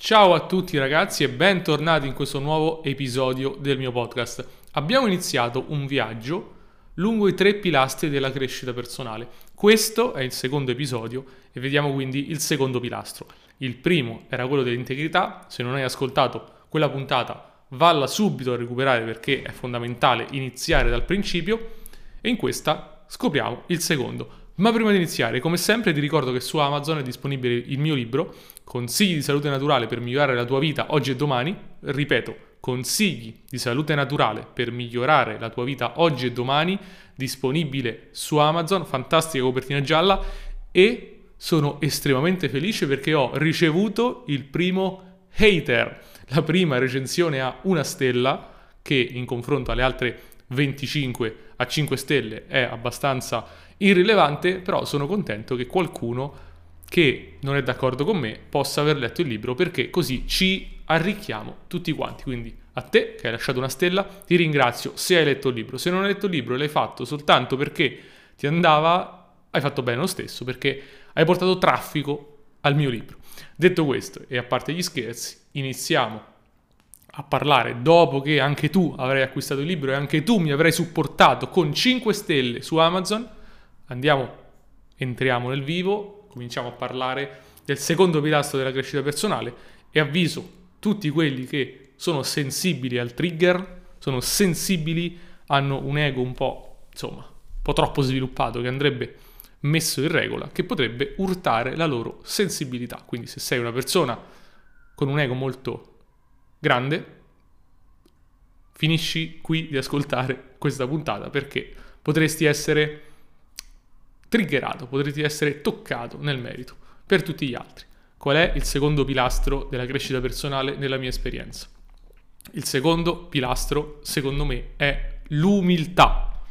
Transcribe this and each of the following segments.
Ciao a tutti ragazzi e bentornati in questo nuovo episodio del mio podcast. Abbiamo iniziato un viaggio lungo i 3 pilastri della crescita personale. Questo è il secondo episodio e vediamo quindi il secondo pilastro. Il primo era quello dell'integrità. Se non hai ascoltato quella puntata, valla subito a recuperare perché è fondamentale iniziare dal principio, e in questa scopriamo il secondo. Ma prima di iniziare, come sempre, ti ricordo che su Amazon è disponibile il mio libro Consigli di salute naturale per migliorare la tua vita oggi e domani. Ripeto, consigli di salute naturale per migliorare la tua vita oggi e domani, disponibile su Amazon, fantastica copertina gialla, e sono estremamente felice perché ho ricevuto il primo hater. La prima recensione ha 1 stella, che in confronto alle altre 25 a 5 stelle è abbastanza irrilevante, però sono contento che qualcuno che non è d'accordo con me possa aver letto il libro, perché così ci arricchiamo tutti quanti. Quindi a te che hai lasciato 1 stella ti ringrazio se hai letto il libro. Se non hai letto il libro e l'hai fatto soltanto perché ti andava, hai fatto bene lo stesso, perché hai portato traffico al mio libro. Detto questo, e a parte gli scherzi, iniziamo a parlare dopo che anche tu avrai acquistato il libro e anche tu mi avrai supportato con 5 stelle su Amazon. Entriamo nel vivo, cominciamo a parlare del secondo pilastro della crescita personale e avviso tutti quelli che sono sensibili al trigger, sono sensibili, hanno un ego un po' troppo sviluppato, che andrebbe messo in regola, che potrebbe urtare la loro sensibilità. Quindi se sei una persona con un ego molto grande, finisci qui di ascoltare questa puntata, perché potresti essere triggerato, potresti essere toccato nel merito. Per tutti gli altri, qual è il secondo pilastro della crescita personale nella mia esperienza? Il secondo pilastro, secondo me, è l'umiltà.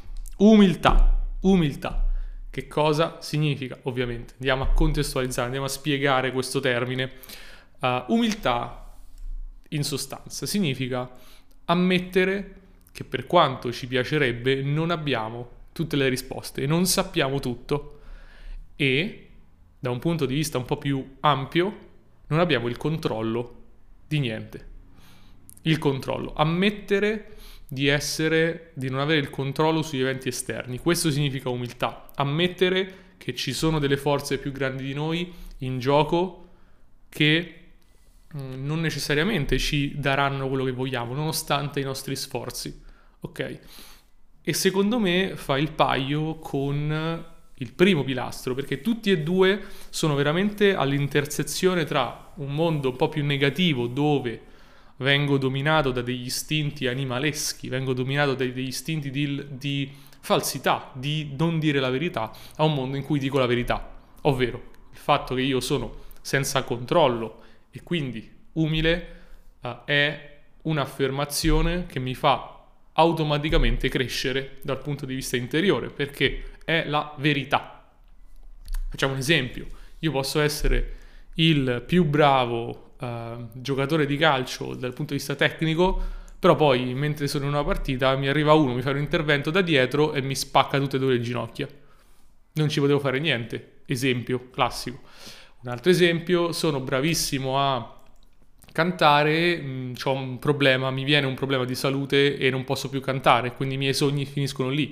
Umiltà. Che cosa significa? Ovviamente andiamo a contestualizzare, andiamo a spiegare questo termine. Umiltà, in sostanza, significa ammettere che per quanto ci piacerebbe non abbiamo tutte le risposte e non sappiamo tutto, e da un punto di vista un po' più ampio non abbiamo il controllo di niente. Il controllo, ammettere di non avere il controllo sugli eventi esterni. Questo significa umiltà, ammettere che ci sono delle forze più grandi di noi in gioco che non necessariamente ci daranno quello che vogliamo nonostante i nostri sforzi, ok? E secondo me fa il paio con il primo pilastro, perché tutti e due sono veramente all'intersezione tra un mondo un po' più negativo, dove vengo dominato da degli istinti animaleschi, vengo dominato da degli istinti di falsità, di non dire la verità, a un mondo in cui dico la verità, ovvero il fatto che io sono senza controllo e quindi umile è un'affermazione che mi fa automaticamente crescere dal punto di vista interiore, perché è la verità. Facciamo un esempio: io posso essere il più bravo giocatore di calcio dal punto di vista tecnico, però poi mentre sono in una partita mi arriva uno, mi fa un intervento da dietro e mi spacca tutte e 2 le ginocchia. Non ci potevo fare niente. Esempio classico. Un altro esempio: sono bravissimo a cantare, c'ho un problema, mi viene un problema di salute e non posso più cantare, quindi i miei sogni finiscono lì.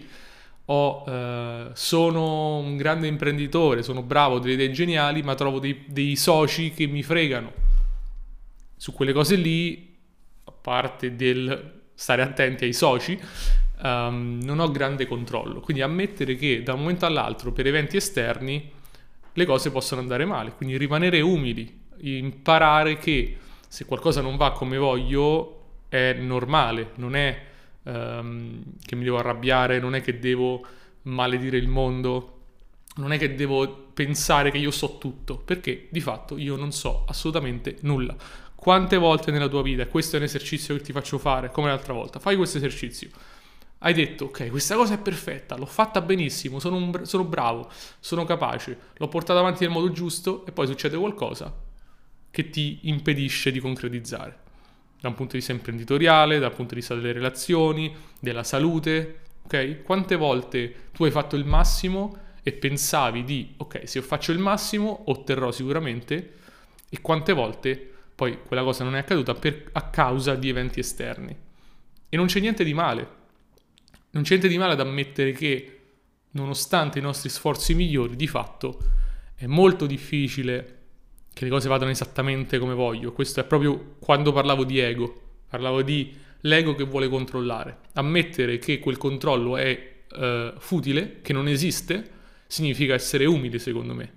Sono un grande imprenditore, sono bravo, ho delle idee geniali, ma trovo dei soci che mi fregano. Su quelle cose lì, a parte del stare attenti ai soci, non ho grande controllo. Quindi ammettere che da un momento all'altro, per eventi esterni, le cose possono andare male. Quindi rimanere umili, imparare che se qualcosa non va come voglio è normale, non è che mi devo arrabbiare, non è che devo maledire il mondo, non è che devo pensare che io so tutto, perché di fatto io non so assolutamente nulla. Quante volte nella tua vita, questo è un esercizio che ti faccio fare, come l'altra volta, fai questo esercizio, hai detto ok, questa cosa è perfetta, l'ho fatta benissimo, sono bravo, sono capace, l'ho portata avanti nel modo giusto, e poi succede qualcosa che ti impedisce di concretizzare, da un punto di vista imprenditoriale, dal punto di vista delle relazioni, della salute, ok? Quante volte tu hai fatto il massimo e pensavi di, ok, se io faccio il massimo otterrò sicuramente, e quante volte poi quella cosa non è accaduta a causa di eventi esterni. E non c'è niente di male. Non c'è niente di male ad ammettere che, nonostante i nostri sforzi migliori, di fatto è molto difficile che le cose vadano esattamente come voglio. Questo è proprio quando parlavo di ego. Parlavo di l'ego che vuole controllare. Ammettere che quel controllo è futile, che non esiste, significa essere umili, secondo me.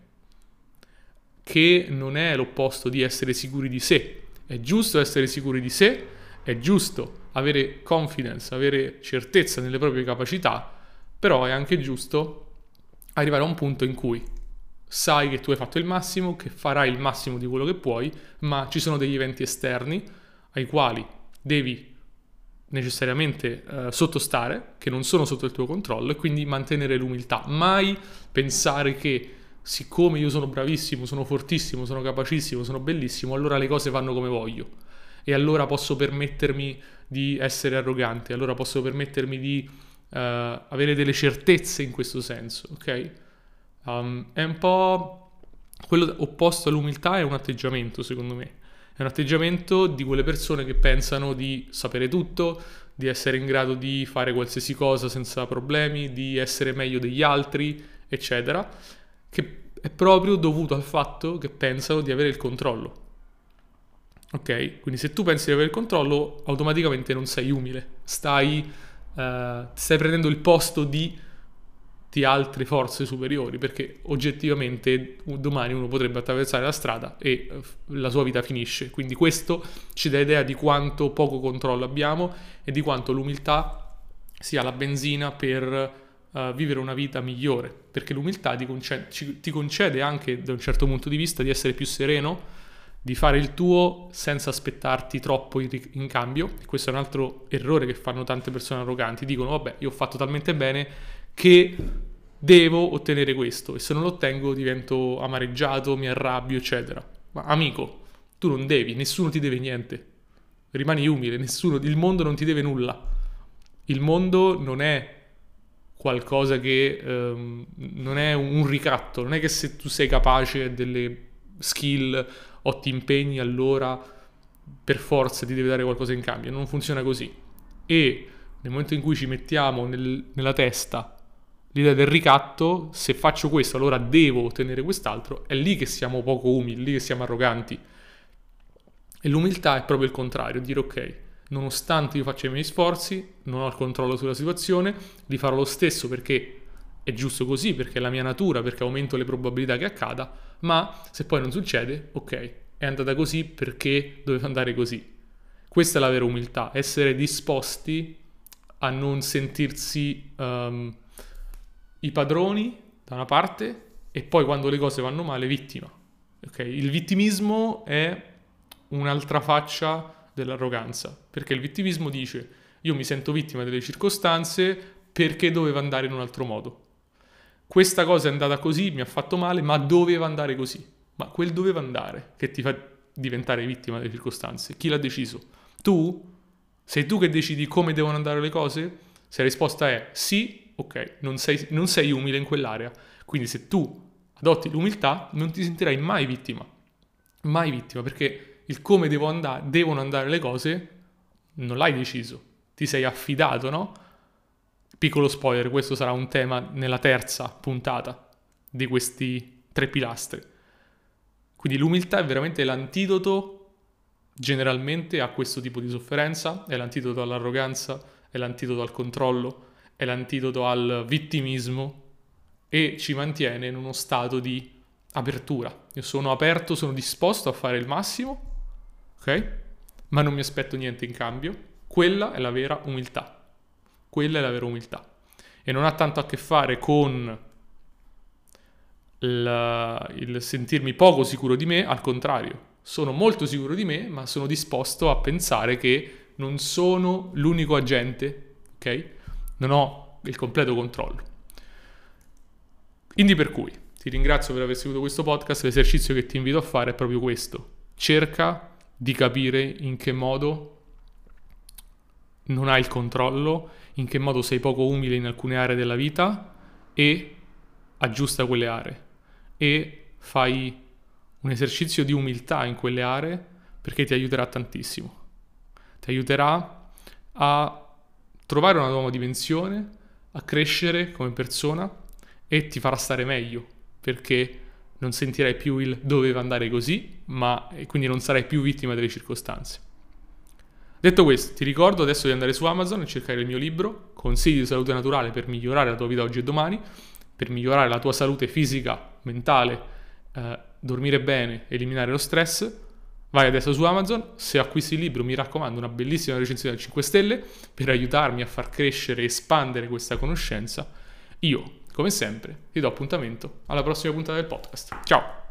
Che non è l'opposto di essere sicuri di sé. È giusto essere sicuri di sé, è giusto avere confidence, avere certezza nelle proprie capacità, però è anche giusto arrivare a un punto in cui sai che tu hai fatto il massimo, che farai il massimo di quello che puoi, ma ci sono degli eventi esterni ai quali devi necessariamente sottostare, che non sono sotto il tuo controllo, e quindi mantenere l'umiltà. Mai pensare che siccome io sono bravissimo, sono fortissimo, sono capacissimo, sono bellissimo, allora le cose vanno come voglio e allora posso permettermi di essere arrogante, allora posso permettermi di avere delle certezze in questo senso, ok? È un po' quello opposto all'umiltà, è un atteggiamento, secondo me. È un atteggiamento di quelle persone che pensano di sapere tutto, di essere in grado di fare qualsiasi cosa senza problemi, di essere meglio degli altri, eccetera, che è proprio dovuto al fatto che pensano di avere il controllo. Ok? Quindi se tu pensi di avere il controllo, automaticamente non sei umile, stai prendendo il posto di altre forze superiori, perché oggettivamente domani uno potrebbe attraversare la strada e la sua vita finisce. Quindi questo ci dà idea di quanto poco controllo abbiamo e di quanto l'umiltà sia la benzina per vivere una vita migliore, perché l'umiltà ti concede anche da un certo punto di vista di essere più sereno, di fare il tuo senza aspettarti troppo in cambio. Questo è un altro errore che fanno tante persone arroganti, dicono vabbè, io ho fatto talmente bene che devo ottenere questo e se non lo ottengo divento amareggiato, mi arrabbio, eccetera. Ma amico, tu non devi, nessuno ti deve niente, rimani umile, il mondo non ti deve nulla, il mondo non è qualcosa che non è un ricatto, non è che se tu sei capace delle skill o ti impegni allora per forza ti deve dare qualcosa in cambio, non funziona così. E nel momento in cui ci mettiamo nella testa l'idea del ricatto, se faccio questo allora devo ottenere quest'altro, è lì che siamo poco umili, lì che siamo arroganti. E l'umiltà è proprio il contrario, dire ok, nonostante io faccia i miei sforzi, non ho il controllo sulla situazione, li farò lo stesso perché è giusto così, perché è la mia natura, perché aumento le probabilità che accada, ma se poi non succede, ok, è andata così perché doveva andare così. Questa è la vera umiltà, essere disposti a non sentirsi i padroni da una parte e poi quando le cose vanno male vittima. Okay? Il vittimismo è un'altra faccia dell'arroganza, perché il vittimismo dice io mi sento vittima delle circostanze perché doveva andare in un altro modo. Questa cosa è andata così, mi ha fatto male, ma doveva andare così. Ma quel doveva andare che ti fa diventare vittima delle circostanze, chi l'ha deciso? Tu? Sei tu che decidi come devono andare le cose? Se la risposta è sì, ok, non sei umile in quell'area. Quindi se tu adotti l'umiltà non ti sentirai mai vittima, perché il come devono andare le cose non l'hai deciso, ti sei affidato, no? Piccolo spoiler, questo sarà un tema nella terza puntata di questi 3 pilastri. Quindi l'umiltà è veramente l'antidoto generalmente a questo tipo di sofferenza, è l'antidoto all'arroganza, è l'antidoto al controllo, è l'antidoto al vittimismo e ci mantiene in uno stato di apertura. Io sono aperto, sono disposto a fare il massimo, ok? Ma non mi aspetto niente in cambio. Quella è la vera umiltà. Quella è la vera umiltà. E non ha tanto a che fare con il sentirmi poco sicuro di me, al contrario. Sono molto sicuro di me, ma sono disposto a pensare che non sono l'unico agente, ok? Non ho il completo controllo. Quindi per cui ti ringrazio per aver seguito questo podcast. L'esercizio che ti invito a fare è proprio questo. Cerca di capire in che modo non hai il controllo, in che modo sei poco umile in alcune aree della vita e aggiusta quelle aree. E fai un esercizio di umiltà in quelle aree perché ti aiuterà tantissimo. Ti aiuterà a trovare una nuova dimensione, a crescere come persona e ti farà stare meglio, perché non sentirai più il doveva andare così, e quindi non sarai più vittima delle circostanze. Detto questo, ti ricordo adesso di andare su Amazon e cercare il mio libro, Consigli di salute naturale per migliorare la tua vita oggi e domani, per migliorare la tua salute fisica, mentale, dormire bene, eliminare lo stress. Vai adesso su Amazon, se acquisti il libro mi raccomando una bellissima recensione da 5 stelle per aiutarmi a far crescere e espandere questa conoscenza. Io, come sempre, ti do appuntamento alla prossima puntata del podcast. Ciao!